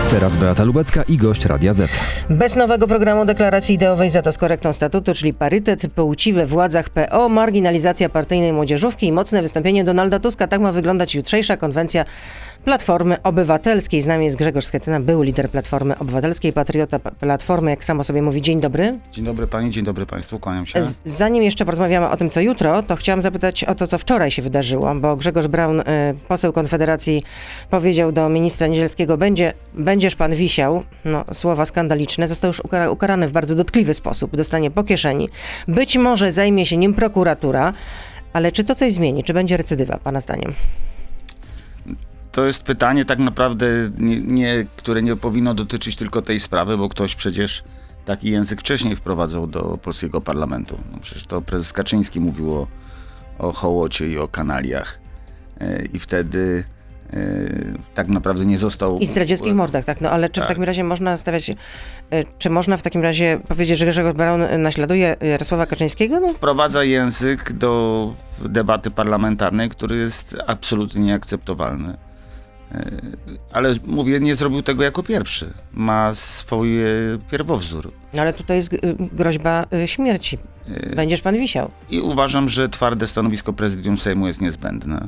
Teraz Beata Lubecka i gość Radia Z. Bez nowego programu deklaracji ideowej, za to z korektą statutu, czyli parytet płci we władzach PO, marginalizacja partyjnej młodzieżówki i mocne wystąpienie Donalda Tuska. Tak ma wyglądać jutrzejsza konwencja Platformy Obywatelskiej. Z nami jest Grzegorz Schetyna, był lider Platformy Obywatelskiej, patriota Platformy, jak samo sobie mówi. Dzień dobry. Dzień dobry pani, dzień dobry państwu, kłaniam się. Zanim jeszcze porozmawiamy o tym, co jutro, to chciałam zapytać o to, co wczoraj się wydarzyło, bo Grzegorz Braun, poseł Konfederacji, powiedział do ministra Niedzielskiego, będziesz pan wisiał, no słowa skandaliczne, został już ukarany w bardzo dotkliwy sposób, dostanie po kieszeni. Być może zajmie się nim prokuratura, ale czy to coś zmieni? Czy będzie recydywa, pana zdaniem? To jest pytanie tak naprawdę, które nie powinno dotyczyć tylko tej sprawy, bo ktoś przecież taki język wcześniej wprowadzał do polskiego parlamentu. No przecież to prezes Kaczyński mówił o hołocie i o kanaliach. I wtedy tak naprawdę nie został... I zdradzieckich mordach, tak. No ale czy w takim razie można stawiać... Czy można w takim razie powiedzieć, że Grzegorz Braun naśladuje Jarosława Kaczyńskiego? No. Wprowadza język do debaty parlamentarnej, który jest absolutnie nieakceptowalny. Ale mówię, nie zrobił tego jako pierwszy. Ma swój pierwowzór. Ale tutaj jest groźba śmierci. Będziesz pan wisiał. I uważam, że twarde stanowisko prezydium Sejmu jest niezbędne.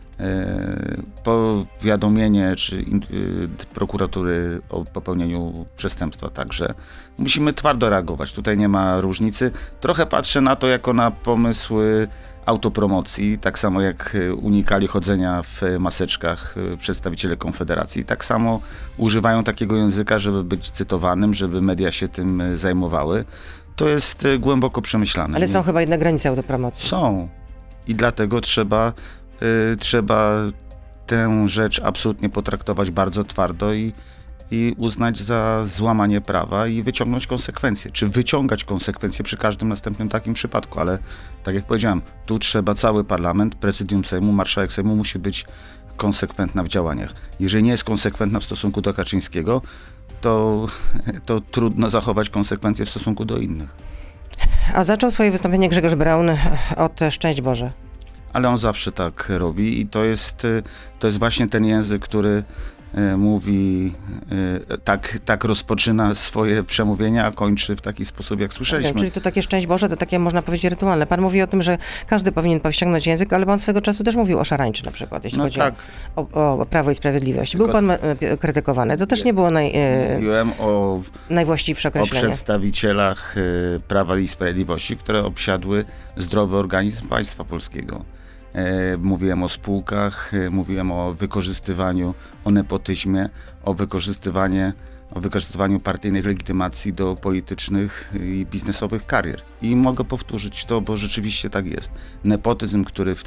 Powiadomienie czy prokuratury o popełnieniu przestępstwa także. Musimy twardo reagować. Tutaj nie ma różnicy. Trochę patrzę na to jako na pomysły autopromocji, tak samo jak unikali chodzenia w maseczkach przedstawiciele Konfederacji, tak samo używają takiego języka, żeby być cytowanym, żeby media się tym zajmowały. To jest głęboko przemyślane. Ale są chyba jednak granice autopromocji. Są. I dlatego trzeba tę rzecz absolutnie potraktować bardzo twardo i uznać za złamanie prawa i wyciągnąć konsekwencje, czy wyciągać konsekwencje przy każdym następnym takim przypadku, ale tak jak powiedziałem, tu trzeba cały parlament, prezydium Sejmu, marszałek Sejmu musi być konsekwentna w działaniach. Jeżeli nie jest konsekwentna w stosunku do Kaczyńskiego, to trudno zachować konsekwencje w stosunku do innych. A zaczął swoje wystąpienie Grzegorz Braun od Szczęść Boże. Ale on zawsze tak robi i to jest właśnie ten język, który mówi, tak rozpoczyna swoje przemówienia, a kończy w taki sposób, jak słyszeliśmy. Czyli to takie Szczęść Boże, to takie można powiedzieć rytualne. Pan mówi o tym, że każdy powinien powściągnąć język, ale pan swego czasu też mówił o szarańczy na przykład, jeśli chodzi o Prawo i Sprawiedliwość. Był pan krytykowany. To też nie było najwłaściwsze określenie. O przedstawicielach Prawa i Sprawiedliwości, które obsiadły zdrowy organizm państwa polskiego. Mówiłem o spółkach, mówiłem o wykorzystywaniu, o nepotyzmie, o wykorzystywaniu partyjnych legitymacji do politycznych i biznesowych karier. I mogę powtórzyć to, bo rzeczywiście tak jest. Nepotyzm,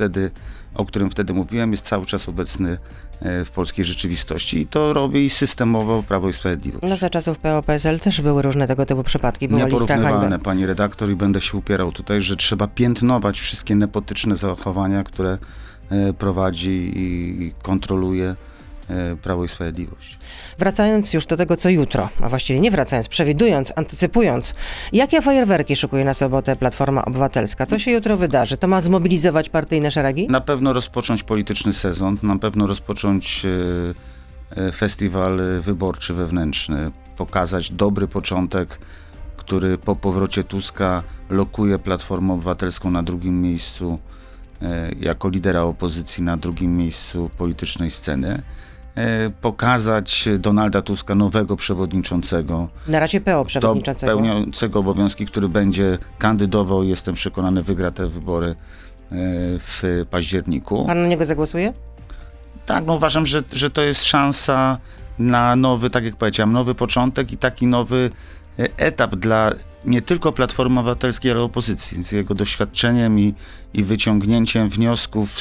o którym wtedy mówiłem, jest cały czas obecny w polskiej rzeczywistości i to robi systemowo Prawo i Sprawiedliwość. No za czasów PO-PSL też były różne tego typu przypadki. Była nieporównywalne, pani redaktor, i będę się upierał tutaj, że trzeba piętnować wszystkie nepotyczne zachowania, które prowadzi i kontroluje Prawo i Sprawiedliwość. Wracając już do tego, co jutro, a właściwie nie wracając, przewidując, antycypując, jakie fajerwerki szykuje na sobotę Platforma Obywatelska? Co się jutro wydarzy? To ma zmobilizować partyjne szeregi? Na pewno rozpocząć polityczny sezon, na pewno rozpocząć festiwal wyborczy wewnętrzny, pokazać dobry początek, który po powrocie Tuska lokuje Platformę Obywatelską na drugim miejscu, jako lidera opozycji na drugim miejscu politycznej sceny. Pokazać Donalda Tuska, nowego przewodniczącego. Na razie PO przewodniczącego. Pełniącego obowiązki, który będzie kandydował i jestem przekonany, wygra te wybory w październiku. Pan na niego zagłosuje? Tak, no uważam, że to jest szansa na nowy, tak jak powiedziałem, nowy początek i taki nowy etap dla nie tylko Platformy Obywatelskiej, ale opozycji. Z jego doświadczeniem i wyciągnięciem wniosków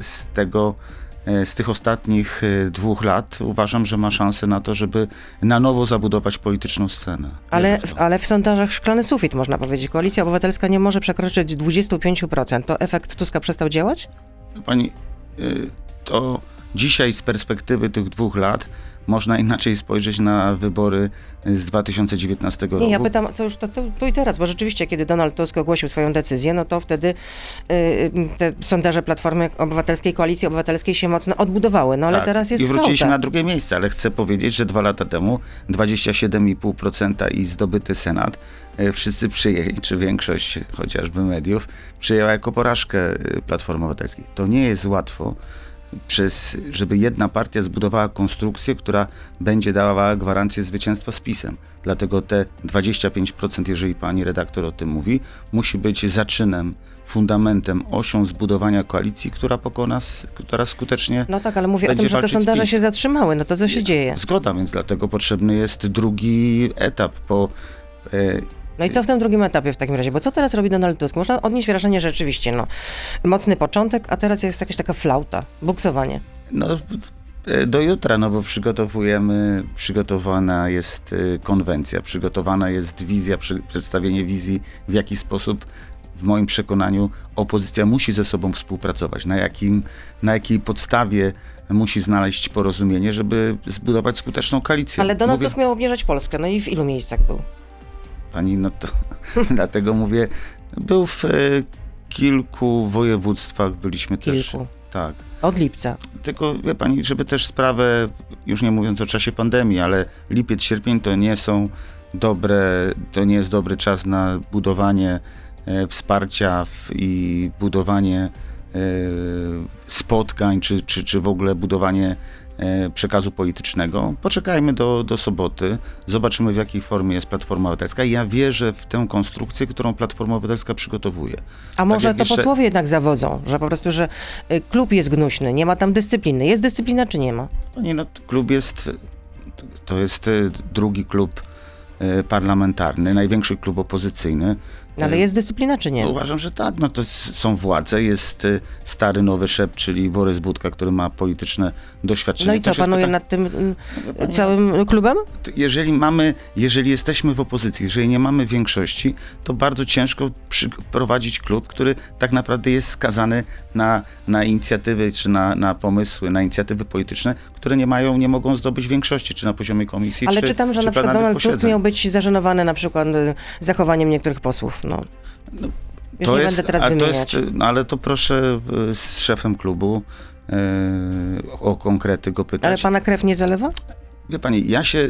z tych ostatnich 2 lat uważam, że ma szansę na to, żeby na nowo zabudować polityczną scenę. Ale w sondażach szklany sufit, można powiedzieć. Koalicja Obywatelska nie może przekroczyć 25%. To efekt Tuska przestał działać? Pani, to dzisiaj z perspektywy tych 2 lat można inaczej spojrzeć na wybory z 2019 roku. Nie, ja pytam, co już to tu i teraz, bo rzeczywiście, kiedy Donald Tusk ogłosił swoją decyzję, no to wtedy te sondaże Platformy Obywatelskiej, Koalicji Obywatelskiej się mocno odbudowały, no ale tak, teraz jest i wróciliśmy flauta. na drugie miejsce, ale chcę powiedzieć, że 2 lata temu 27,5% i zdobyty Senat wszyscy przyjęli, czy większość chociażby mediów, przyjęła jako porażkę Platformy Obywatelskiej. To nie jest łatwo, żeby jedna partia zbudowała konstrukcję, która będzie dawała gwarancję zwycięstwa z PiS-em. Dlatego te 25%, jeżeli pani redaktor o tym mówi, musi być zaczynem, fundamentem, osią zbudowania koalicji, która skutecznie No tak, ale mówię o tym, że te sondaże się zatrzymały, no to co się dzieje? Zgoda, więc dlatego potrzebny jest drugi etap No i co w tym drugim etapie w takim razie? Bo co teraz robi Donald Tusk? Można odnieść wrażenie, że rzeczywiście, no, mocny początek, a teraz jest jakaś taka flauta, buksowanie. No, do jutra, no bo przygotowana jest konwencja, przygotowana jest wizja, przedstawienie wizji, w jaki sposób, w moim przekonaniu, opozycja musi ze sobą współpracować, na jakiej podstawie musi znaleźć porozumienie, żeby zbudować skuteczną koalicję. Ale Donald Tusk miał obniżać Polskę, no i w ilu miejscach był? Pani, no to dlatego mówię, był w kilku województwach, byliśmy też. Kilku. Tak. Od lipca. Tylko wie pani, żeby też sprawę, już nie mówiąc o czasie pandemii, ale lipiec, sierpień to nie jest dobry czas na budowanie wsparcia i budowanie spotkań, czy w ogóle budowanie przekazu politycznego. Poczekajmy do soboty, zobaczymy, w jakiej formie jest Platforma Obywatelska i ja wierzę w tę konstrukcję, którą Platforma Obywatelska przygotowuje. A może tak to posłowie jednak zawodzą, że po prostu, że klub jest gnuśny, nie ma tam dyscypliny. Jest dyscyplina, czy nie ma? Nie, no, to jest drugi klub parlamentarny, największy klub opozycyjny. Ale jest dyscyplina, czy nie? No, uważam, że tak. No to są władze, jest stary, nowy szep, czyli Borys Budka, który ma polityczne doświadczenie. No i co, panuje nad tym całym klubem? Jeżeli jesteśmy w opozycji, jeżeli nie mamy większości, to bardzo ciężko prowadzić klub, który tak naprawdę jest skazany na inicjatywy, czy na pomysły, na inicjatywy polityczne, które nie mogą zdobyć większości, czy na poziomie komisji, Ale czy czytam, że na przykład Donald Tusk miał być zażenowany na przykład zachowaniem niektórych posłów. No. Już nie będę teraz wymieniać. Ale to proszę z szefem klubu o konkrety go pytać. Ale pana krew nie zalewa? Wie pani,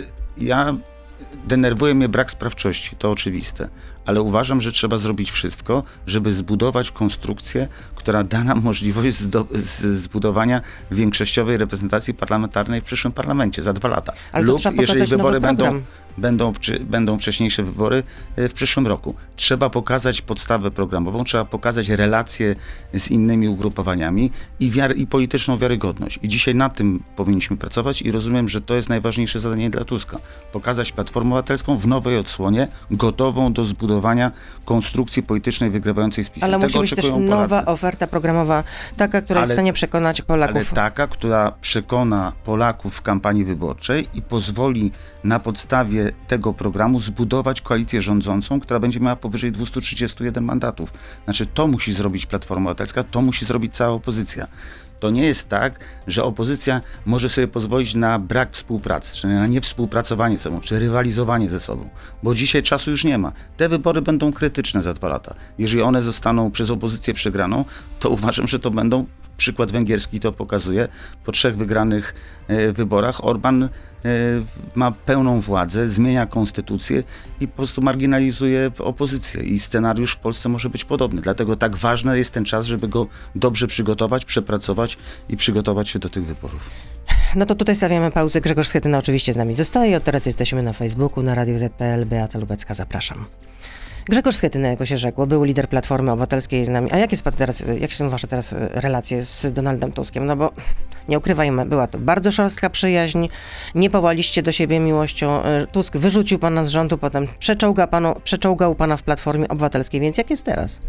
denerwuje mnie brak sprawczości, to oczywiste, ale uważam, że trzeba zrobić wszystko, żeby zbudować konstrukcję, która da nam możliwość zbudowania większościowej reprezentacji parlamentarnej w przyszłym parlamencie za 2 lata. Ale to trzeba pokazać jeżeli wybory nowy program. będą wcześniejsze wybory w przyszłym roku. Trzeba pokazać podstawę programową, trzeba pokazać relacje z innymi ugrupowaniami i polityczną wiarygodność. I dzisiaj na tym powinniśmy pracować i rozumiem, że to jest najważniejsze zadanie dla Tuska. Pokazać Platformę Obywatelską w nowej odsłonie, gotową do zbudowania konstrukcji politycznej wygrywającej z PiS-em. Ale musi być też nowa oferta programowa, taka, która jest w stanie przekonać Polaków. Ale taka, która przekona Polaków w kampanii wyborczej i pozwoli na podstawie tego programu zbudować koalicję rządzącą, która będzie miała powyżej 231 mandatów. Znaczy, to musi zrobić Platforma Obywatelska, to musi zrobić cała opozycja. To nie jest tak, że opozycja może sobie pozwolić na brak współpracy, czy na niewspółpracowanie ze sobą, czy rywalizowanie ze sobą, bo dzisiaj czasu już nie ma. Te wybory będą krytyczne za 2 lata. Jeżeli one zostaną przez opozycję przegraną, to uważam, że to będą, przykład węgierski to pokazuje, po 3 wygranych wyborach Orbán ma pełną władzę, zmienia konstytucję i po prostu marginalizuje opozycję. I scenariusz w Polsce może być podobny. Dlatego tak ważny jest ten czas, żeby go dobrze przygotować, przepracować i przygotować się do tych wyborów. No to tutaj stawiamy pauzę. Grzegorz Schetyna oczywiście z nami zostaje. Od teraz jesteśmy na Facebooku, na Radiu Z.pl. Beata Lubecka, zapraszam. Grzegorz Schetyna, jako się rzekło, był lider Platformy Obywatelskiej z nami. A jakie są wasze teraz relacje z Donaldem Tuskiem? No bo nie ukrywajmy, była to bardzo szorstka przyjaźń, nie pałaliście do siebie miłością. Tusk wyrzucił pana z rządu, potem przeczołgał pana w Platformie Obywatelskiej, więc jak jest teraz?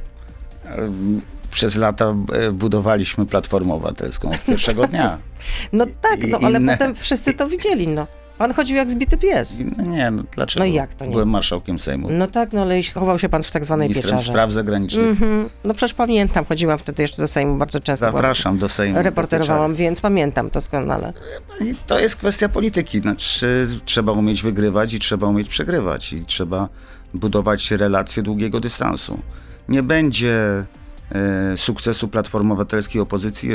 Przez lata budowaliśmy Platformę Obywatelską od pierwszego dnia. No tak, ale potem wszyscy to widzieli, no. Pan chodził jak zbity pies. No nie, no dlaczego? No jak to nie? Byłem marszałkiem Sejmu. No tak, no ale chował się pan w tak zwanej Ministrem pieczarze. spraw zagranicznych. No przecież pamiętam, chodziłam wtedy jeszcze do Sejmu bardzo często. Zapraszam do Sejmu. Reporterowałam, więc pamiętam doskonale. I to jest kwestia polityki. Znaczy, trzeba umieć wygrywać i trzeba umieć przegrywać. I trzeba budować relacje długiego dystansu. Nie będzie sukcesu Platformy Obywatelskiej opozycji,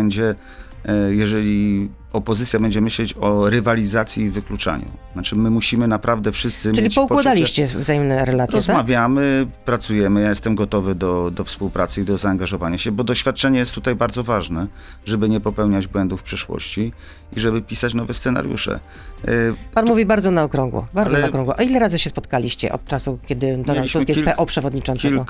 jeżeli opozycja będzie myśleć o rywalizacji i wykluczaniu. Znaczy my musimy naprawdę wszyscy Czyli mieć poukładaliście wzajemne relacje, rozmawiamy, pracujemy, ja jestem gotowy do współpracy i do zaangażowania się, bo doświadczenie jest tutaj bardzo ważne, żeby nie popełniać błędów w przyszłości i żeby pisać nowe scenariusze. Pan mówi bardzo na okrągło, bardzo Ale- na okrągło. A ile razy się spotkaliście od czasu, kiedy Donald Tusk jest PO przewodniczącego?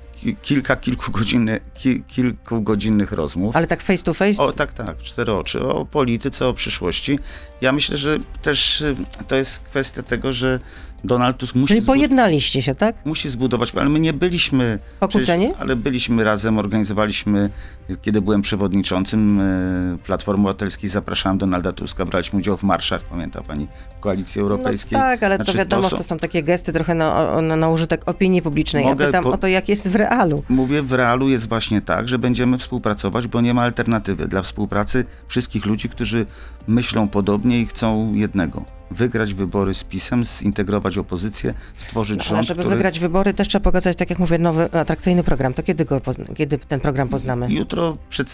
Kilkugodzinnych rozmów. Ale tak face to face? O, tak, 4 oczy. O polityce, o przyszłości. Ja myślę, że też to jest kwestia tego, że Donald Tusk Czyli pojednaliście się, tak? musi zbudować, ale my nie byliśmy Pokłóceni? ale byliśmy razem, organizowaliśmy, kiedy byłem przewodniczącym Platformy Obywatelskiej, zapraszałem Donalda Tuska, braliśmy udział w marszach, pamięta pani, w Koalicji Europejskiej. No tak, ale Znaczy, to wiadomo, że to są takie gesty trochę na użytek opinii publicznej. Ja pytam o to, jak jest w realu. Mówię, w realu jest właśnie tak, że będziemy współpracować, bo nie ma alternatywy dla współpracy wszystkich ludzi, którzy myślą podobnie i chcą jednego. Wygrać wybory z PiS-em, zintegrować opozycję, stworzyć Ale rząd, żeby który... wygrać wybory, też trzeba pokazać, tak jak mówię, nowy, atrakcyjny program. To kiedy ten program poznamy? Jutro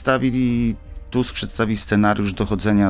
Tusk przedstawi scenariusz dochodzenia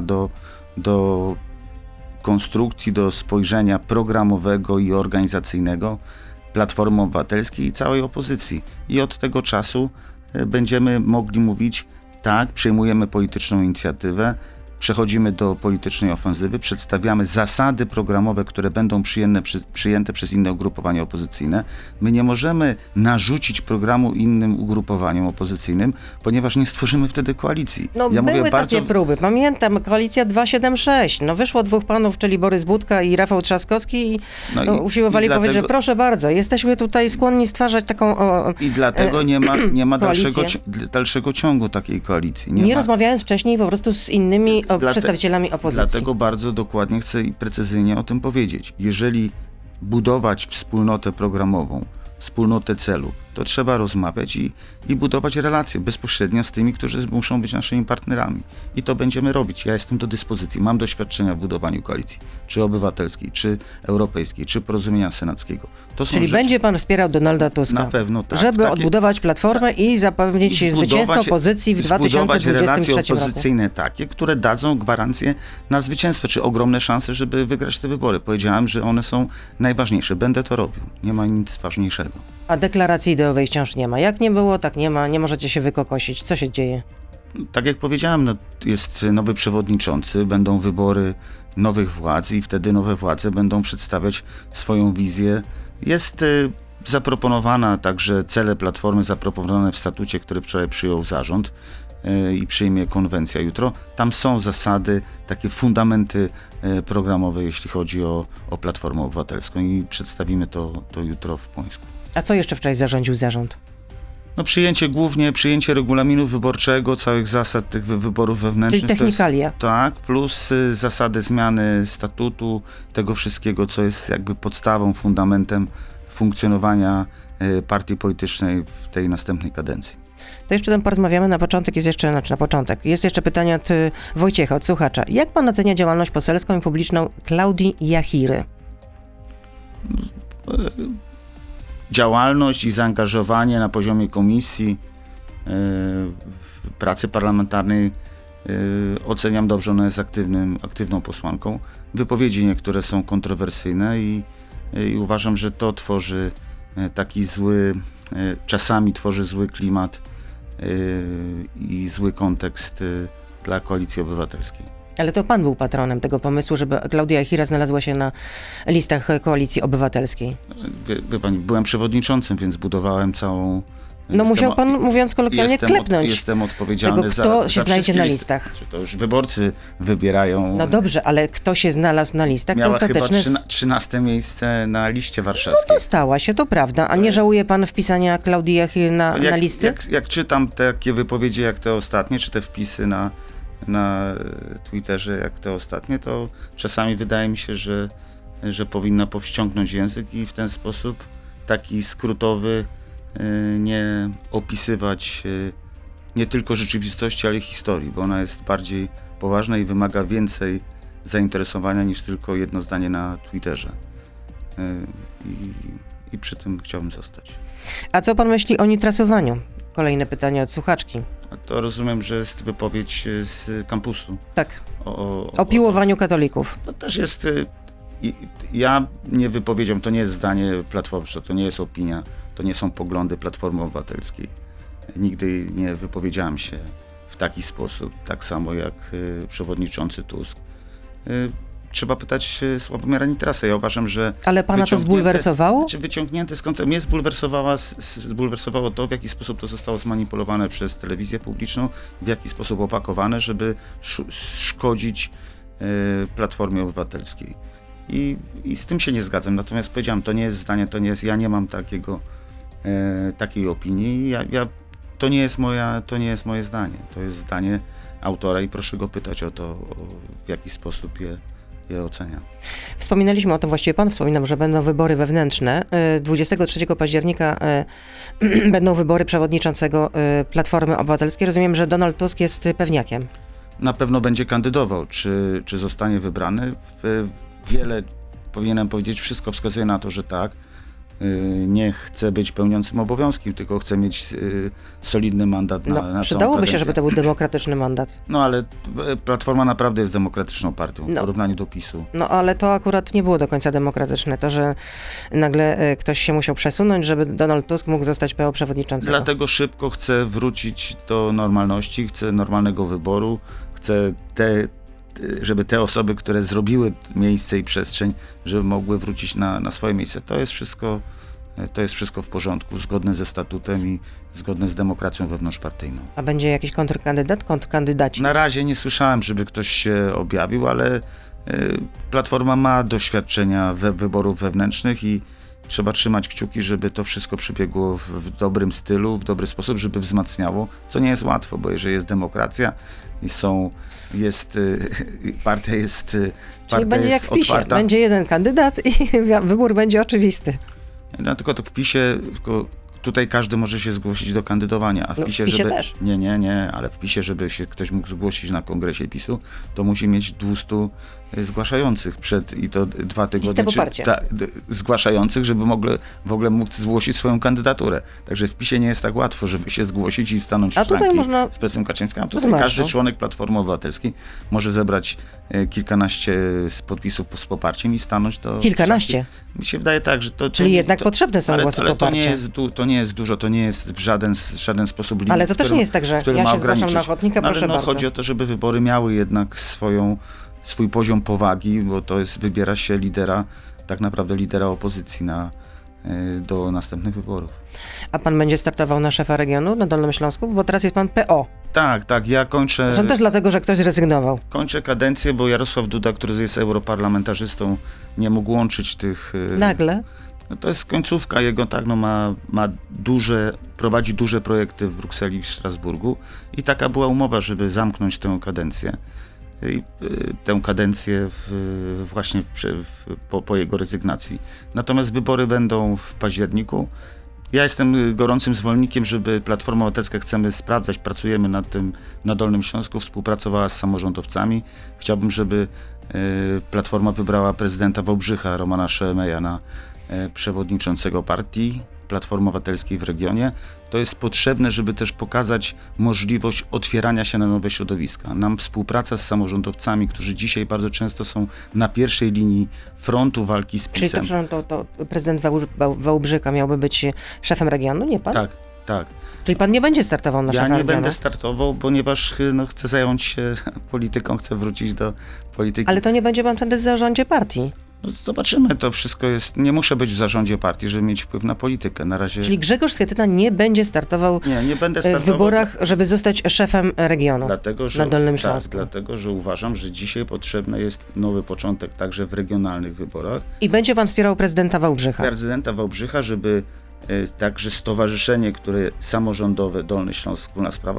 do konstrukcji, do spojrzenia programowego i organizacyjnego Platformy Obywatelskiej i całej opozycji. I od tego czasu będziemy mogli mówić, tak, przejmujemy polityczną inicjatywę, przechodzimy do politycznej ofensywy, przedstawiamy zasady programowe, które będą przyjęte przez inne ugrupowania opozycyjne. My nie możemy narzucić programu innym ugrupowaniom opozycyjnym, ponieważ nie stworzymy wtedy koalicji. No były takie próby. Pamiętam, koalicja 276. No wyszło dwóch panów, czyli Borys Budka i Rafał Trzaskowski i usiłowali powiedzieć, że proszę bardzo, jesteśmy tutaj skłonni stwarzać taką I dlatego nie ma koalicję. dalszego ciągu takiej koalicji. Nie rozmawiając wcześniej po prostu z innymi przedstawicielami opozycji. Dlatego bardzo dokładnie chcę i precyzyjnie o tym powiedzieć. Jeżeli budować wspólnotę programową, wspólnotę celu, to trzeba rozmawiać i budować relacje bezpośrednio z tymi, którzy muszą być naszymi partnerami. I to będziemy robić. Ja jestem do dyspozycji. Mam doświadczenia w budowaniu koalicji, czy obywatelskiej, czy europejskiej, czy porozumienia senackiego. Czyli będzie pan wspierał Donalda Tuska? Na pewno tak. Żeby odbudować Platformę i zapewnić zwycięstwo opozycji w 2023 relacje roku. opozycyjne takie, które dadzą gwarancję na zwycięstwo, czy ogromne szanse, żeby wygrać te wybory. Powiedziałem, że one są najważniejsze. Będę to robił. Nie ma nic ważniejszego. A deklaracji ideowej wciąż nie ma. Jak nie było, tak nie ma. Nie możecie się wykokosić. Co się dzieje? Tak jak powiedziałem, jest nowy przewodniczący, będą wybory nowych władz i wtedy nowe władze będą przedstawiać swoją wizję. Jest zaproponowana także cele Platformy zaproponowane w statucie, który wczoraj przyjął zarząd i przyjmie konwencja jutro. Tam są zasady, takie fundamenty programowe, jeśli chodzi o Platformę Obywatelską i przedstawimy to jutro w Płońsku. A co jeszcze wczoraj zarządził zarząd? No przyjęcie regulaminu wyborczego, całych zasad tych wyborów wewnętrznych. Czyli technikalia. Tak, plus zasady zmiany statutu, tego wszystkiego, co jest jakby podstawą, fundamentem funkcjonowania partii politycznej w tej następnej kadencji. To jeszcze tam porozmawiamy. Jest jeszcze pytanie od Wojciecha, od słuchacza. Jak pan ocenia działalność poselską i publiczną Klaudii Jachiry? Działalność i zaangażowanie na poziomie komisji pracy parlamentarnej oceniam dobrze, ona jest aktywną posłanką. Wypowiedzi niektóre są kontrowersyjne i uważam, że to tworzy taki czasami tworzy zły klimat i zły kontekst dla Koalicji Obywatelskiej. Ale to pan był patronem tego pomysłu, żeby Klaudia Jachira znalazła się na listach Koalicji Obywatelskiej. Wie pani, byłem przewodniczącym, więc budowałem całą... No musiał pan, mówiąc kolokwialnie, klepnąć jestem odpowiedzialny tego, kto się znajdzie na listach. Czy to już wyborcy wybierają... No dobrze, ale kto się znalazł na listach, Miała to ostateczne... chyba 13 miejsce na liście warszawskiej. No dostała się, to prawda. A nie żałuje pan wpisania Klaudii Jachiry na listy? Jak czytam takie wypowiedzi jak te ostatnie, czy te wpisy na Twitterze jak te ostatnie, to czasami wydaje mi się, że powinna powściągnąć język i w ten sposób taki skrótowy nie opisywać nie tylko rzeczywistości, ale i historii, bo ona jest bardziej poważna i wymaga więcej zainteresowania niż tylko jedno zdanie na Twitterze. I przy tym chciałbym zostać. A co pan myśli o nitrasowaniu? Kolejne pytanie od słuchaczki. A to rozumiem, że jest wypowiedź z kampusu. Tak, o piłowaniu katolików. To też jest... Ja nie wypowiedziałem, to nie jest zdanie Platformy, to nie jest opinia, to nie są poglądy Platformy Obywatelskiej. Nigdy nie wypowiedziałem się w taki sposób, tak samo jak przewodniczący Tusk. Trzeba pytać Sławomira Nitrasa. Ja uważam, że... Ale pana to zbulwersowało? Czy wyciągnięte skąd... Mnie zbulwersowało to, w jaki sposób to zostało zmanipulowane przez telewizję publiczną, w jaki sposób opakowane, żeby szkodzić Platformie Obywatelskiej. I z tym się nie zgadzam. Natomiast powiedziałem, to nie jest zdanie, ja nie mam takiej opinii. To nie jest moje zdanie. To jest zdanie autora i proszę go pytać o to, w jaki sposób je ocenia. Wspominaliśmy o tym, właściwie pan wspominał, że będą wybory wewnętrzne. 23 października będą wybory przewodniczącego Platformy Obywatelskiej. Rozumiem, że Donald Tusk jest pewniakiem. Na pewno będzie kandydował. Czy zostanie wybrany? Wiele, powinienem powiedzieć, wszystko wskazuje na to, że tak. Nie chce być pełniącym obowiązkiem, tylko chce mieć solidny mandat na przydałoby się, żeby to był demokratyczny mandat. No ale Platforma naprawdę jest demokratyczną partią w porównaniu do PiS-u. No ale to akurat nie było do końca demokratyczne. To, że nagle ktoś się musiał przesunąć, żeby Donald Tusk mógł zostać PO przewodniczącym. Dlatego szybko chce wrócić do normalności, chce normalnego wyboru, chce żeby te osoby, które zrobiły miejsce i przestrzeń, żeby mogły wrócić na swoje miejsce. To jest wszystko w porządku, zgodne ze statutem i zgodne z demokracją wewnątrzpartyjną. A będzie jakiś kontrkandydaci? Na razie nie słyszałem, żeby ktoś się objawił, ale Platforma ma doświadczenia wyborów wewnętrznych i trzeba trzymać kciuki, żeby to wszystko przebiegło w dobrym stylu, w dobry sposób, żeby wzmacniało, co nie jest łatwo, bo jeżeli jest demokracja i partia jest Czyli będzie jak w PiS-ie, otwarta. będzie jeden kandydat i wybór będzie oczywisty. No, tylko to w PiS-ie, tutaj każdy może się zgłosić do kandydowania, a w PiS-ie, też. Nie, ale w PiS-ie, żeby się ktoś mógł zgłosić na kongresie PiS-u, to musi mieć 200 zgłaszających i to 2 tygodnie zgłaszających, żeby w ogóle mógł zgłosić swoją kandydaturę. Także w PiS-ie nie jest tak łatwo, żeby się zgłosić i stanąć w szranki z Pecem Kaczyńskim. A tutaj każdy członek Platformy Obywatelskiej może zebrać kilkanaście podpisów z poparciem i stanąć do Kilkanaście? szranki. Mi się wydaje tak, że to... Czyli jednak potrzebne są głosy poparcia. To nie jest dużo, to nie jest w żaden sposób limit, ale to też nie jest tak, że ja się zgłaszam na ochotnika, proszę bardzo. Chodzi o to, żeby wybory miały jednak swój poziom powagi, bo wybiera się tak naprawdę lidera opozycji do następnych wyborów. A pan będzie startował na szefa regionu na Dolnym Śląsku? Bo teraz jest pan PO. Tak, ja kończę... Że też dlatego, że ktoś zrezygnował. Kończę kadencję, bo Jarosław Duda, który jest europarlamentarzystą, nie mógł łączyć tych... Nagle? No to jest końcówka jego, prowadzi duże projekty w Brukseli i w Strasburgu i taka była umowa, żeby zamknąć tę kadencję. Tę kadencję właśnie po jego rezygnacji. Natomiast wybory będą w październiku. Ja jestem gorącym zwolennikiem, żeby Platforma Obywatelska, chcemy sprawdzać, pracujemy nad tym na Dolnym Śląsku, współpracowała z samorządowcami. Chciałbym, żeby Platforma wybrała prezydenta Wałbrzycha, Romana Szeemeja, na przewodniczącego partii Platformy Obywatelskiej w regionie. To jest potrzebne, żeby też pokazać możliwość otwierania się na nowe środowiska. Nam współpraca z samorządowcami, którzy dzisiaj bardzo często są na pierwszej linii frontu walki z PiS-em. Czyli to prezydent Wałbrzycha miałby być szefem regionu, nie pan? Tak. Czyli pan nie będzie startował na szefa regionu? Ja nie będę startował, ponieważ chcę zająć się polityką, chcę wrócić do polityki. Ale to nie będzie pan wtedy w zarządzie partii? No zobaczymy, to wszystko jest... Nie muszę być w zarządzie partii, żeby mieć wpływ na politykę. Na razie... Czyli Grzegorz Schetyna nie będzie startował w wyborach, żeby zostać szefem regionu na Dolnym Śląsku. Dlatego, że uważam, że dzisiaj potrzebny jest nowy początek także w regionalnych wyborach. I będzie pan wspierał prezydenta Wałbrzycha? Prezydenta Wałbrzycha, żeby także stowarzyszenie, które samorządowe, Dolny Śląsk, Wspólna Sprawa,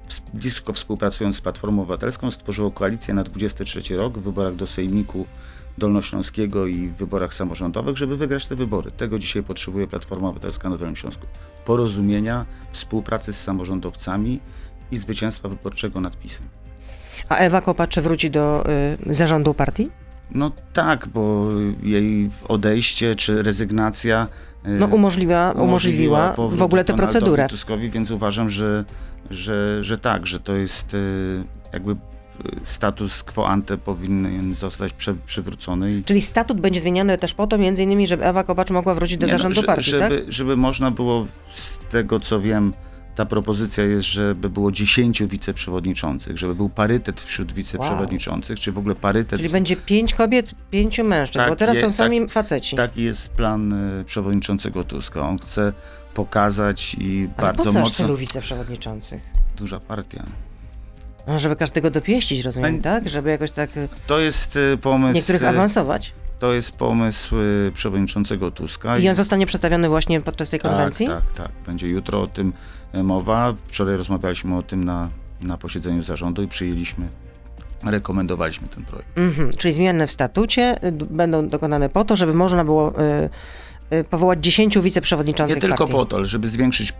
blisko współpracując z Platformą Obywatelską, stworzyło koalicję na 23 rok w wyborach do Sejmiku Dolnośląskiego i w wyborach samorządowych, żeby wygrać te wybory. Tego dzisiaj potrzebuje Platforma Obywatelska na Dolnym Śląsku. Porozumienia, współpracy z samorządowcami i zwycięstwa wyborczego nad PiS-em. A Ewa Kopacz wróci do zarządu partii? No tak, bo jej odejście czy rezygnacja umożliwiła w ogóle tę procedurę. Tuskowi, więc uważam, że tak, że to jest jakby status quo ante powinien zostać przywrócony. Czyli statut będzie zmieniany też po to, między innymi, żeby Ewa Kopacz mogła wrócić do zarządu partii, tak? Żeby można było, z tego co wiem, ta propozycja jest, żeby było 10 wiceprzewodniczących, żeby był parytet wśród wiceprzewodniczących, czy w ogóle parytet. Czyli będzie 5 kobiet, 5 mężczyzn, bo teraz są sami faceci. Taki jest plan przewodniczącego Tuska. On chce pokazać i ale bardzo po co mocno... tylu wiceprzewodniczących? Duża partia. Żeby każdego dopieścić, rozumiem, tak? Żeby jakoś tak to jest pomysł... niektórych awansować? To jest pomysł przewodniczącego Tuska. I on zostanie przedstawiony właśnie podczas tej konwencji? Tak. Będzie jutro o tym mowa. Wczoraj rozmawialiśmy o tym na posiedzeniu zarządu i rekomendowaliśmy ten projekt. Czyli zmiany w statucie będą dokonane po to, żeby można było powołać 10 wiceprzewodniczących Nie tylko partii. po to, ale żeby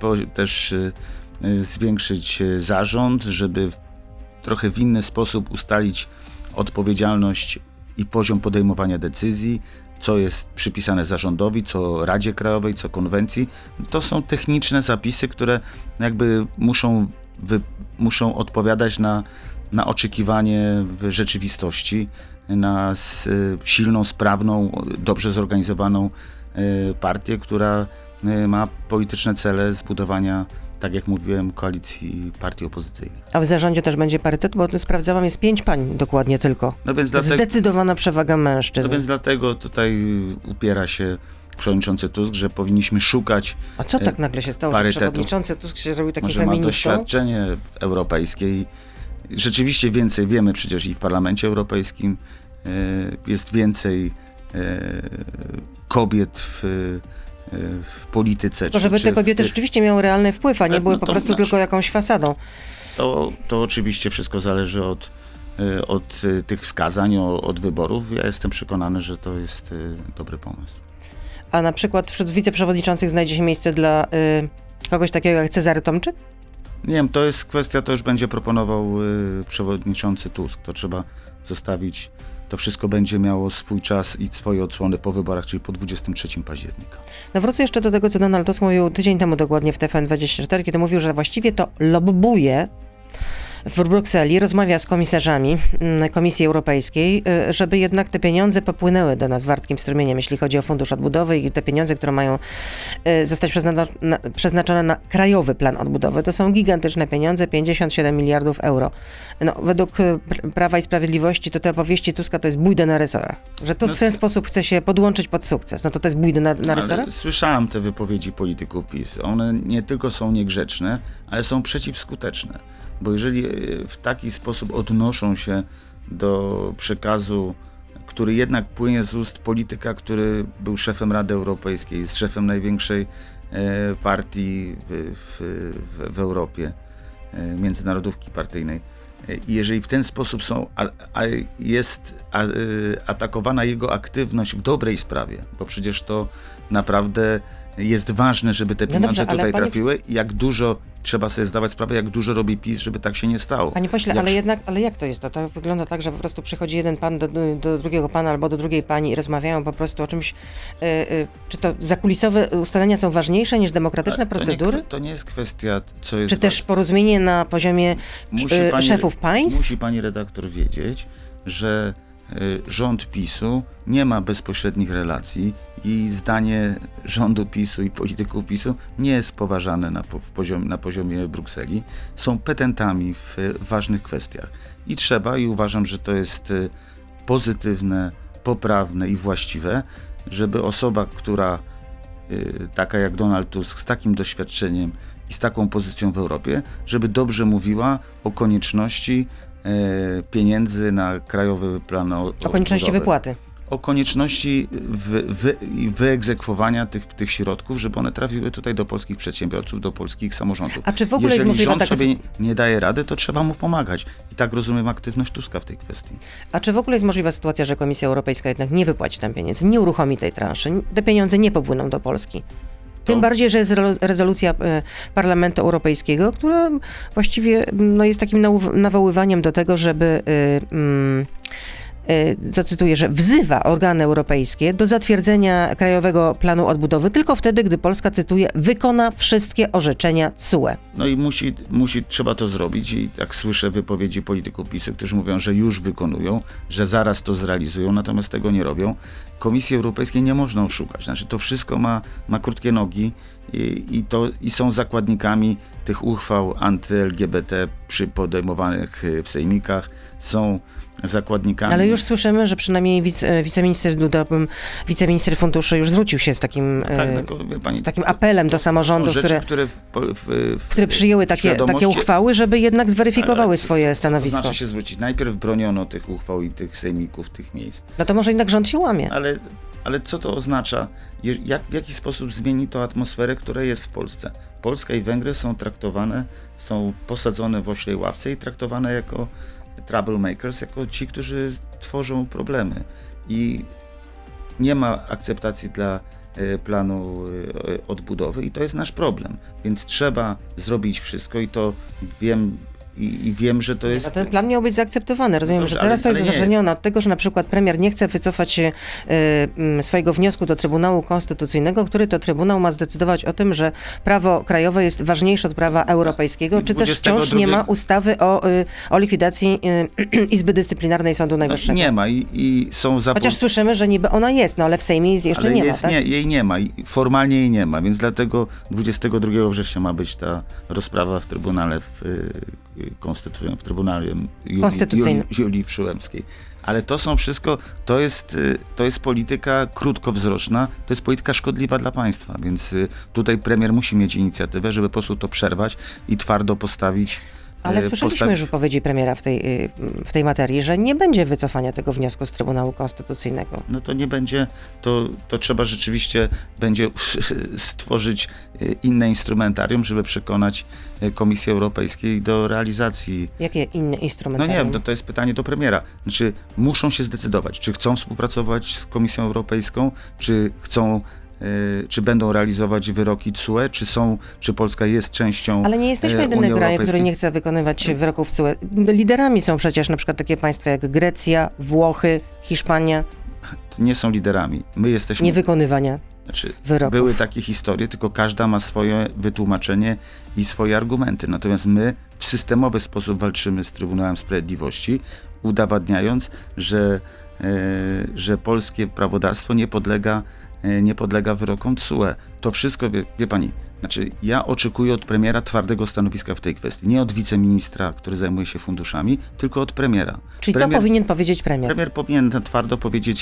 zwiększyć zarząd, żeby trochę w inny sposób ustalić odpowiedzialność i poziom podejmowania decyzji, co jest przypisane zarządowi, co Radzie Krajowej, co konwencji. To są techniczne zapisy, które jakby muszą odpowiadać na oczekiwanie rzeczywistości, na silną, sprawną, dobrze zorganizowaną partię, która ma polityczne cele zbudowania, tak jak mówiłem, koalicji partii opozycyjnych. A w zarządzie też będzie parytet? Bo sprawdzałam, jest 5 pań dokładnie tylko. No więc zdecydowana przewaga mężczyzn. No więc dlatego tutaj upiera się przewodniczący Tusk, że powinniśmy szukać A co tak nagle się stało, parytetu. że przewodniczący Tusk się zrobił takim Może feministą? ma doświadczenie europejskie. Rzeczywiście więcej wiemy przecież i w Parlamencie Europejskim. Jest więcej kobiet w polityce. To żeby te kobiety rzeczywiście miały realny wpływ, a nie były po prostu tylko jakąś fasadą. To oczywiście wszystko zależy od tych wskazań, od wyborów. Ja jestem przekonany, że to jest dobry pomysł. A na przykład wśród wiceprzewodniczących znajdzie się miejsce dla kogoś takiego jak Cezary Tomczyk? Nie wiem, to jest kwestia, to już będzie proponował przewodniczący Tusk. To trzeba zostawić, to wszystko będzie miało swój czas i swoje odsłony po wyborach, czyli po 23 października. No wrócę jeszcze do tego, co Donald Tusk mówił tydzień temu dokładnie w TVN24, kiedy mówił, że właściwie to lobbuje w Brukseli, rozmawia z komisarzami Komisji Europejskiej, żeby jednak te pieniądze popłynęły do nas wartkim strumieniem, jeśli chodzi o Fundusz Odbudowy i te pieniądze, które mają zostać przeznaczone na Krajowy Plan Odbudowy. To są gigantyczne pieniądze, 57 miliardów euro. No, według Prawa i Sprawiedliwości to te opowieści Tuska to jest bójda na resorach. Że Tusk w ten sposób chce się podłączyć pod sukces. No to jest bójda na resorach? Słyszałem te wypowiedzi polityków PiS. One nie tylko są niegrzeczne, ale są przeciwskuteczne. Bo jeżeli w taki sposób odnoszą się do przekazu, który jednak płynie z ust polityka, który był szefem Rady Europejskiej, jest szefem największej partii w Europie, międzynarodówki partyjnej, i jeżeli w ten sposób jest atakowana jego aktywność w dobrej sprawie, bo przecież to naprawdę jest ważne, żeby te pieniądze tutaj trafiły i jak dużo, trzeba sobie zdawać sprawę, jak dużo robi PiS, żeby tak się nie stało. Panie pośle, ale jak to jest? To wygląda tak, że po prostu przychodzi jeden pan do drugiego pana albo do drugiej pani i rozmawiają po prostu o czymś. Czy to zakulisowe ustalenia są ważniejsze niż demokratyczne procedury? To nie jest kwestia, co jest... Czy też porozumienie na poziomie szefów państw? Musi pani redaktor wiedzieć, że rząd PiS-u nie ma bezpośrednich relacji i zdanie rządu PiS-u i polityków PiS-u nie jest poważane na poziomie Brukseli. Są petentami w ważnych kwestiach. I uważam, że to jest pozytywne, poprawne i właściwe, żeby osoba, która taka jak Donald Tusk, z takim doświadczeniem i z taką pozycją w Europie, żeby dobrze mówiła o konieczności pieniędzy na Krajowy Plan Odbudowy. O konieczności wypłaty. o konieczności wyegzekwowania tych środków, żeby one trafiły tutaj do polskich przedsiębiorców, do polskich samorządów. A czy w ogóle jest możliwa taka... Jeżeli rząd sobie nie daje rady, to trzeba mu pomagać. I tak rozumiem aktywność Tuska w tej kwestii. A czy w ogóle jest możliwa sytuacja, że Komisja Europejska jednak nie wypłaci tam pieniędzy, nie uruchomi tej transzy, te pieniądze nie popłyną do Polski? Tym bardziej, że jest rezolucja Parlamentu Europejskiego, która właściwie jest takim nawoływaniem do tego, żeby, zacytuję, że wzywa organy europejskie do zatwierdzenia Krajowego Planu Odbudowy tylko wtedy, gdy Polska, cytuję, wykona wszystkie orzeczenia TSUE. No i trzeba to zrobić i tak słyszę wypowiedzi polityków PiS-u, którzy mówią, że już wykonują, że zaraz to zrealizują, natomiast tego nie robią. Komisji Europejskiej nie można oszukać. Znaczy to wszystko ma krótkie nogi i są zakładnikami tych uchwał anty-LGBT podejmowanych w sejmikach, są zakładnikami. Ale już słyszymy, że przynajmniej wiceminister Duda, wiceminister funduszy już zwrócił się z takim, z takim apelem do samorządów, które przyjęły takie uchwały, żeby jednak zweryfikowały swoje stanowisko. To znaczy się zwrócić. Najpierw broniono tych uchwał i tych sejmików, tych miejsc. No to może jednak rząd się łamie. Ale co to oznacza? W jaki sposób zmieni to atmosferę, która jest w Polsce? Polska i Węgry są posadzone w oślej ławce i traktowane jako troublemakers, jako ci, którzy tworzą problemy. I nie ma akceptacji dla planu odbudowy i to jest nasz problem. Więc trzeba zrobić wszystko i to wiem, że to jest... A ten plan miał być zaakceptowany. Rozumiem, że teraz to jest zażenione od tego, że na przykład premier nie chce wycofać się swojego wniosku do Trybunału Konstytucyjnego, który to Trybunał ma zdecydować o tym, że prawo krajowe jest ważniejsze od prawa europejskiego, czy też wciąż nie ma ustawy o likwidacji Izby Dyscyplinarnej Sądu Najwyższego. Nie ma i są... Chociaż słyszymy, że niby ona jest, ale w Sejmie jeszcze nie ma. Tak? Nie, jej nie ma i formalnie jej nie ma, więc dlatego 22 września ma być ta rozprawa w Trybunale w Trybunale Julii Przyłębskiej. Ale to są wszystko, to jest polityka krótkowzroczna, to jest polityka szkodliwa dla państwa, więc tutaj premier musi mieć inicjatywę, żeby po prostu to przerwać i twardo postawić. Ale słyszeliśmy już wypowiedzi premiera w tej materii, że nie będzie wycofania tego wniosku z Trybunału Konstytucyjnego. No to nie będzie, to trzeba rzeczywiście będzie stworzyć inne instrumentarium, żeby przekonać Komisję Europejską do realizacji. Jakie inne instrumentarium? No nie, to jest pytanie do premiera. Znaczy muszą się zdecydować, czy chcą współpracować z Komisją Europejską, czy będą realizować wyroki TSUE, czy Polska jest częścią Ale nie jesteśmy jedynym krajem, który nie chce wykonywać wyroków TSUE. Liderami są przecież na przykład takie państwa jak Grecja, Włochy, Hiszpania. Nie są liderami. My jesteśmy... Niewykonywania wyroków. Były takie historie, tylko każda ma swoje wytłumaczenie i swoje argumenty. Natomiast my w systemowy sposób walczymy z Trybunałem Sprawiedliwości, udowadniając, że polskie prawodawstwo nie podlega wyrokom TSUE. To wszystko, wie pani, znaczy ja oczekuję od premiera twardego stanowiska w tej kwestii. Nie od wiceministra, który zajmuje się funduszami, tylko od premiera. Czyli co powinien powiedzieć premier? Premier powinien twardo powiedzieć,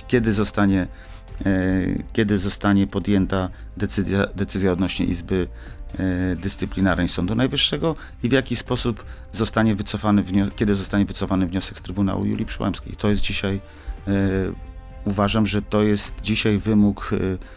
kiedy zostanie podjęta decyzja odnośnie Izby Dyscyplinarnej Sądu Najwyższego i w jaki sposób kiedy zostanie wycofany wniosek z Trybunału Julii Przyłębskiej. To jest dzisiaj... Uważam, że to jest dzisiaj wymóg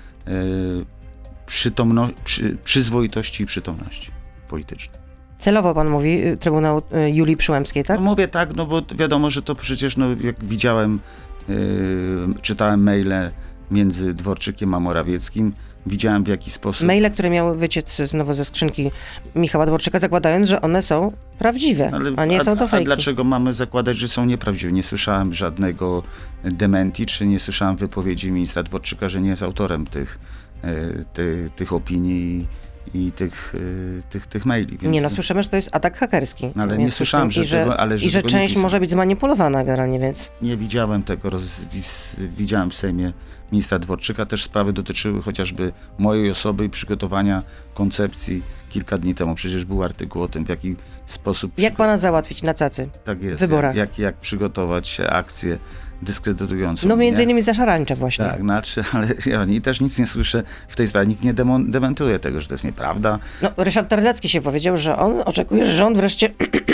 przyzwoitości i przytomności politycznej. Celowo pan mówi Trybunał Julii Przyłębskiej, tak? No mówię tak, no bo wiadomo, że to przecież, jak widziałem, czytałem maile między Dworczykiem a Morawieckim, widziałem w jaki sposób... Maile, które miały wyciec znowu ze skrzynki Michała Dworczyka, zakładając, że one są prawdziwe, a nie są to fejki. A dlaczego mamy zakładać, że są nieprawdziwe? Nie słyszałem żadnego dementi, czy nie słyszałem wypowiedzi ministra Dworczyka, że nie jest autorem tych opinii i tych maili. Więc... Nie, słyszymy, że to jest atak hakerski. Ale nie słyszałem, że część może być zmanipulowana generalnie, więc... Nie widziałem tego. Widziałem w Sejmie ministra Dworczyka. Też sprawy dotyczyły chociażby mojej osoby i przygotowania koncepcji kilka dni temu. Przecież był artykuł o tym, w jaki sposób... Jak pana załatwić na cacy? Tak jest. W wyborach. Jak przygotować akcję dyskredytującą. No między innymi za szarańcze właśnie. Tak, znaczy, ale ja też nic nie słyszę w tej sprawie. Nikt nie dementuje tego, że to jest nieprawda. No, Ryszard Terlecki się powiedział, że on oczekuje, że rząd wreszcie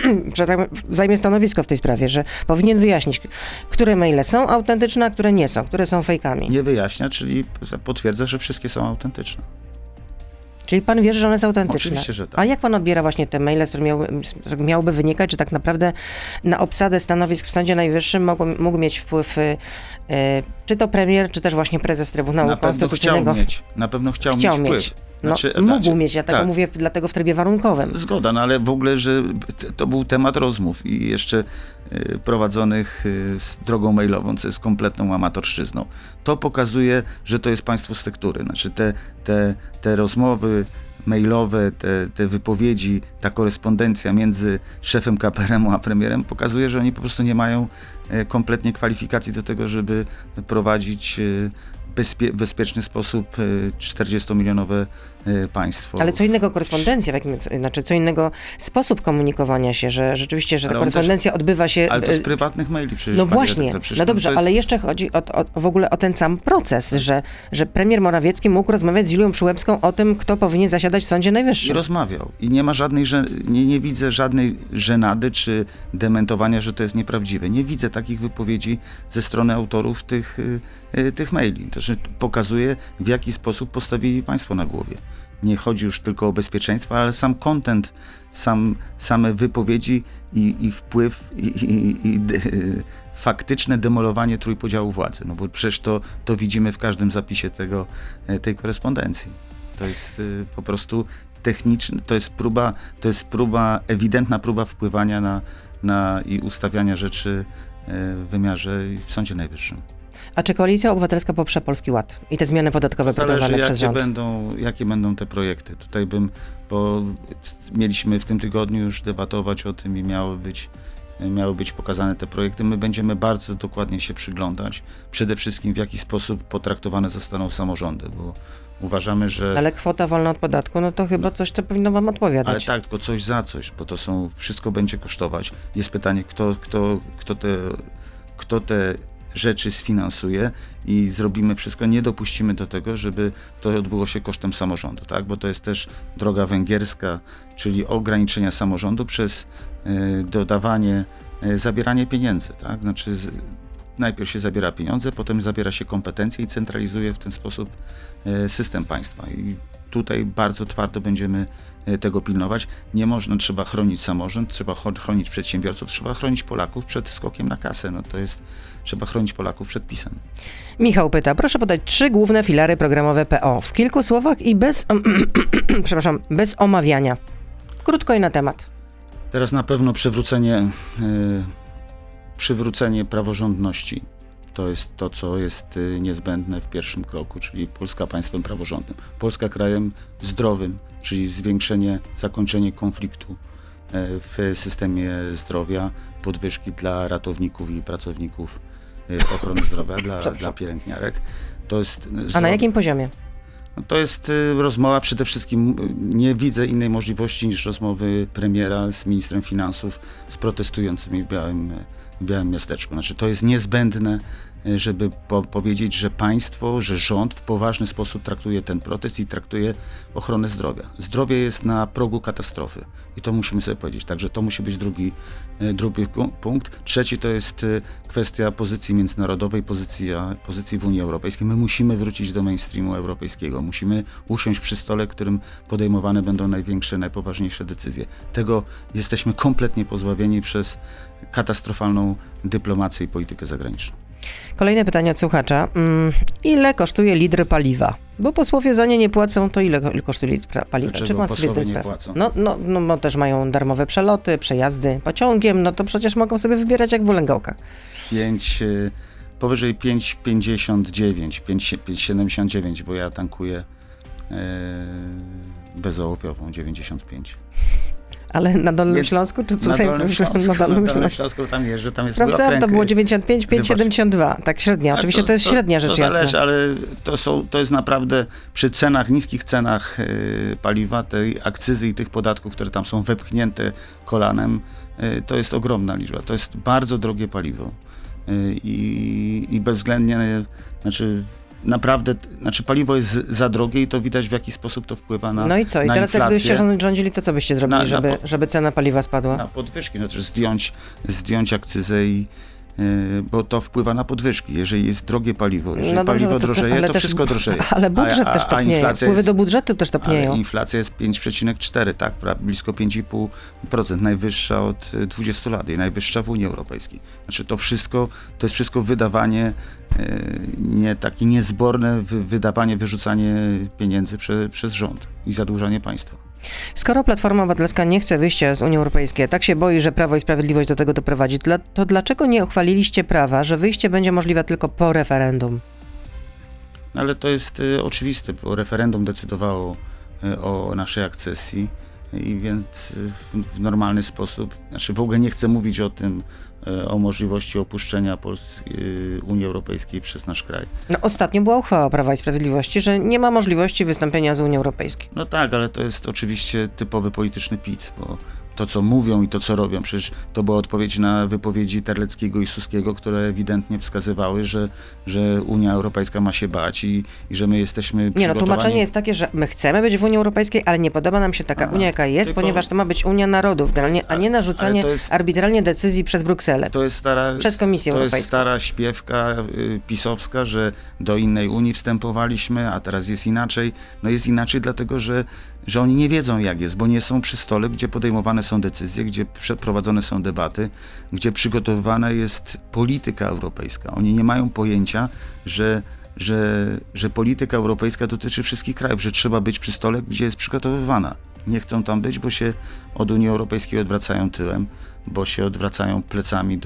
zajmie stanowisko w tej sprawie, że powinien wyjaśnić, które maile są autentyczne, a które nie są, które są fejkami. Nie wyjaśnia, czyli potwierdza, że wszystkie są autentyczne. Czyli pan wierzy, że one są autentyczne? Oczywiście, że tak. A jak pan odbiera właśnie te maile, z których miałoby wynikać, że tak naprawdę na obsadę stanowisk w Sądzie Najwyższym mógł mieć wpływ czy to premier, czy też właśnie prezes Trybunału Konstytucyjnego? Na pewno chciał mieć wpływ. Mógł mieć, ja tak mówię dlatego w trybie warunkowym. Zgoda, no ale w ogóle, że to był temat rozmów i jeszcze prowadzonych drogą mailową, co jest kompletną amatorszczyzną. To pokazuje, że to jest państwo z tektury. Znaczy te rozmowy mailowe, te wypowiedzi, ta korespondencja między szefem KPRM-u a premierem pokazuje, że oni po prostu nie mają kompletnie kwalifikacji do tego, żeby prowadzić w bezpieczny sposób 40-milionowe państwo. Ale co innego korespondencja, co innego sposób komunikowania się, że rzeczywiście, że ta korespondencja odbywa się... Ale to z prywatnych maili przecież. No właśnie, no dobrze, ale jeszcze chodzi w ogóle o ten sam proces, że premier Morawiecki mógł rozmawiać z Julią Przyłębską o tym, kto powinien zasiadać w Sądzie Najwyższym. I rozmawiał. I nie ma żadnej, nie widzę żadnej żenady czy dementowania, że to jest nieprawdziwe. Nie widzę takich wypowiedzi ze strony autorów tych maili. To znaczy pokazuje, w jaki sposób postawili państwo na głowie. Nie chodzi już tylko o bezpieczeństwo, ale sam content, same wypowiedzi i wpływ i faktyczne demolowanie trójpodziału władzy. No bo przecież to widzimy w każdym zapisie tej korespondencji. To jest po prostu techniczne, to jest ewidentna próba wpływania i ustawiania rzeczy w wymiarze w Sądzie Najwyższym. A czy Koalicja Obywatelska poprze Polski Ład i te zmiany podatkowe proponowane przez rząd? Jakie będą te projekty? Tutaj bo mieliśmy w tym tygodniu już debatować o tym i miały być pokazane te projekty. My będziemy bardzo dokładnie się przyglądać. Przede wszystkim w jaki sposób potraktowane zostaną samorządy, bo uważamy, że... Ale kwota wolna od podatku, no to chyba coś, co powinno wam odpowiadać. Ale tak, tylko coś za coś, bo wszystko będzie kosztować. Jest pytanie, kto te rzeczy sfinansuje i zrobimy wszystko, nie dopuścimy do tego, żeby to odbyło się kosztem samorządu, tak? Bo to jest też droga węgierska, czyli ograniczenia samorządu przez zabieranie pieniędzy, tak? Znaczy najpierw się zabiera pieniądze, potem zabiera się kompetencje i centralizuje w ten sposób system państwa. I tutaj bardzo twardo będziemy tego pilnować. Trzeba chronić samorząd, trzeba chronić przedsiębiorców, trzeba chronić Polaków przed skokiem na kasę. Trzeba chronić Polaków przed PiS-em. Michał pyta, proszę podać 3 główne filary programowe PO. W kilku słowach i bez omawiania. Krótko i na temat. Teraz na pewno przywrócenie praworządności. To jest to, co jest niezbędne w pierwszym kroku, czyli Polska państwem praworządnym. Polska krajem zdrowym, czyli zakończenie konfliktu w systemie zdrowia, podwyżki dla ratowników i pracowników ochrony zdrowia, dla pielęgniarek. A na jakim poziomie? To jest rozmowa przede wszystkim, nie widzę innej możliwości niż rozmowy premiera z ministrem finansów, z protestującymi w Białym Miasteczku. Znaczy, to jest niezbędne, żeby powiedzieć, że państwo, że rząd w poważny sposób traktuje ten protest i traktuje ochronę zdrowia. Zdrowie jest na progu katastrofy i to musimy sobie powiedzieć. Także to musi być drugi punkt. Trzeci to jest kwestia pozycji międzynarodowej, pozycji w Unii Europejskiej. My musimy wrócić do mainstreamu europejskiego. Musimy usiąść przy stole, którym podejmowane będą największe, najpoważniejsze decyzje. Tego jesteśmy kompletnie pozbawieni przez katastrofalną dyplomację i politykę zagraniczną. Kolejne pytanie od słuchacza. Ile kosztuje litr paliwa? Bo posłowie za nie płacą, to ile kosztuje litr paliwa? Dlaczego czy pan sobie posłowie nie płacą? No też mają darmowe przeloty, przejazdy pociągiem, no to przecież mogą sobie wybierać jak w ulęgałkach. Powyżej 5,59, 5,79, bo ja tankuję bezołowiową 95. Ale na Dolnym Śląsku, czy tutaj? Na Dolnym Śląsku tam jeżdżę, tam jest Sprawdzałem, to było 95, 5,72, tak średnia. Oczywiście to jest średnia rzecz jasna. To zależy, ale to jest naprawdę przy niskich cenach paliwa, tej akcyzy i tych podatków, które tam są wepchnięte kolanem, to jest ogromna liczba. To jest bardzo drogie paliwo. i bezwzględnie, naprawdę, paliwo jest za drogie i to widać, w jaki sposób to wpływa na No i co? I na teraz inflację. jakbyście rządzili, to co byście zrobili, żeby cena paliwa spadła? Na podwyżki, zdjąć akcyzę bo to wpływa na podwyżki. Jeżeli jest drogie paliwo, jeżeli paliwo drożeje, to wszystko drożeje. Ale budżet też topnieje. Wpływy do budżetu też topnieją. Ale inflacja jest 5,4, tak? Blisko 5,5%. Najwyższa od 20 lat i najwyższa w Unii Europejskiej. To jest wszystko wydawanie, takie niezborne wydawanie, wyrzucanie pieniędzy przez rząd i zadłużanie państwa. Skoro Platforma Obywatelska nie chce wyjścia z Unii Europejskiej, tak się boi, że Prawo i Sprawiedliwość do tego doprowadzi, to dlaczego nie uchwaliliście prawa, że wyjście będzie możliwe tylko po referendum? Ale to jest oczywiste, bo referendum decydowało o naszej akcesji i więc w normalny sposób, w ogóle nie chcę mówić o możliwości opuszczenia Unii Europejskiej przez nasz kraj. No ostatnio była uchwała Prawa i Sprawiedliwości, że nie ma możliwości wystąpienia z Unii Europejskiej. No tak, ale to jest oczywiście typowy polityczny pic, bo to, co mówią i to, co robią, przecież to była odpowiedź na wypowiedzi Terleckiego i Suskiego, które ewidentnie wskazywały, że Unia Europejska ma się bać i że my jesteśmy przygotowani. Nie, no tłumaczenie jest takie, że my chcemy być w Unii Europejskiej, ale nie podoba nam się taka Unia, jaka jest, ponieważ to ma być Unia Narodów, generalnie, a nie narzucanie arbitralnie decyzji przez Brukselę. Przez Komisję Europejską. To jest stara śpiewka pisowska, że do innej Unii wstępowaliśmy, a teraz jest inaczej. No jest inaczej dlatego, że oni nie wiedzą, jak jest, bo nie są przy stole, gdzie podejmowane są decyzje, gdzie przeprowadzone są debaty, gdzie przygotowywana jest polityka europejska. Oni nie mają pojęcia, że polityka europejska dotyczy wszystkich krajów, że trzeba być przy stole, gdzie jest przygotowywana. Nie chcą tam być, bo się od Unii Europejskiej odwracają tyłem, bo się odwracają plecami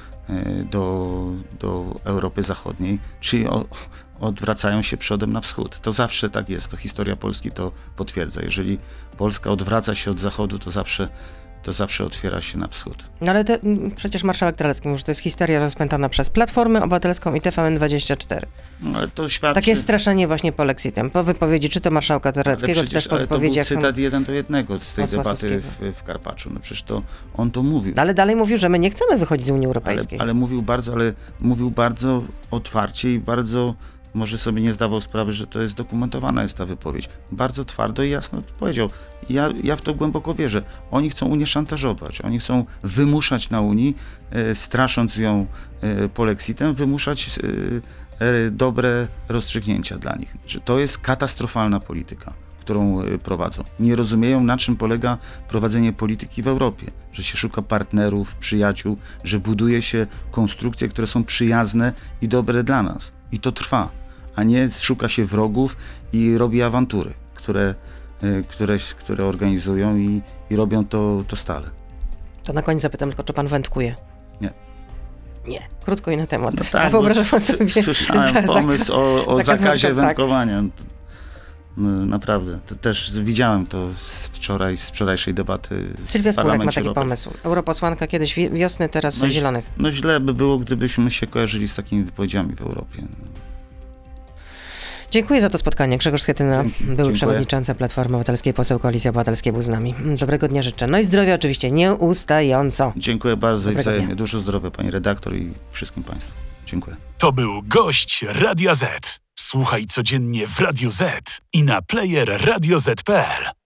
do Europy Zachodniej, czyli odwracają się przodem na wschód. To zawsze tak jest, to historia Polski to potwierdza. Jeżeli Polska odwraca się od zachodu, to zawsze otwiera się na wschód. No ale przecież marszałek Terlecki mówi, że to jest histeria rozpętana przez Platformę Obywatelską i TVN24. No, ale to świadczy... Takie straszenie właśnie polexitem, po wypowiedzi czy to marszałka Terleckiego, czy też po wypowiedzi... Ale to był cytat 1:1 z tej debaty w Karpaczu. No przecież on to mówił. Ale dalej mówił, że my nie chcemy wychodzić z Unii Europejskiej. Ale mówił bardzo otwarcie i bardzo... Może sobie nie zdawał sprawy, że to jest dokumentowana jest ta wypowiedź. Bardzo twardo i jasno powiedział. Ja w to głęboko wierzę. Oni chcą Unię szantażować. Oni chcą wymuszać na Unii, strasząc ją polexitem, wymuszać dobre rozstrzygnięcia dla nich. To jest katastrofalna polityka, którą prowadzą. Nie rozumieją, na czym polega prowadzenie polityki w Europie. Że się szuka partnerów, przyjaciół, że buduje się konstrukcje, które są przyjazne i dobre dla nas. I to trwa. A nie szuka się wrogów i robi awantury, które organizują i robią to stale. To na koniec zapytam tylko, czy pan wędkuje? Nie. Nie. Krótko i na temat. No tak, a wyobrażam sobie słyszałem pomysł o zakazie wędkowania. No, naprawdę. To też widziałem to z wczorajszej debaty. Sylwia Spurek ma taki pomysł. Europosłanka kiedyś wiosny, teraz zielonych. No źle by było, gdybyśmy się kojarzyli z takimi wypowiedziami w Europie. Dziękuję za to spotkanie. Grzegorz Schetyna, były przewodniczący Platformy Obywatelskiej, poseł Koalicji Obywatelskiej, był z nami. Dobrego dnia życzę. No i zdrowia oczywiście, nieustająco. Dziękuję bardzo i wzajemnie. Dużo zdrowia, pani redaktor i wszystkim państwu. Dziękuję. To był gość Radia Z. Słuchaj codziennie w Radio Z i na player radioz.pl.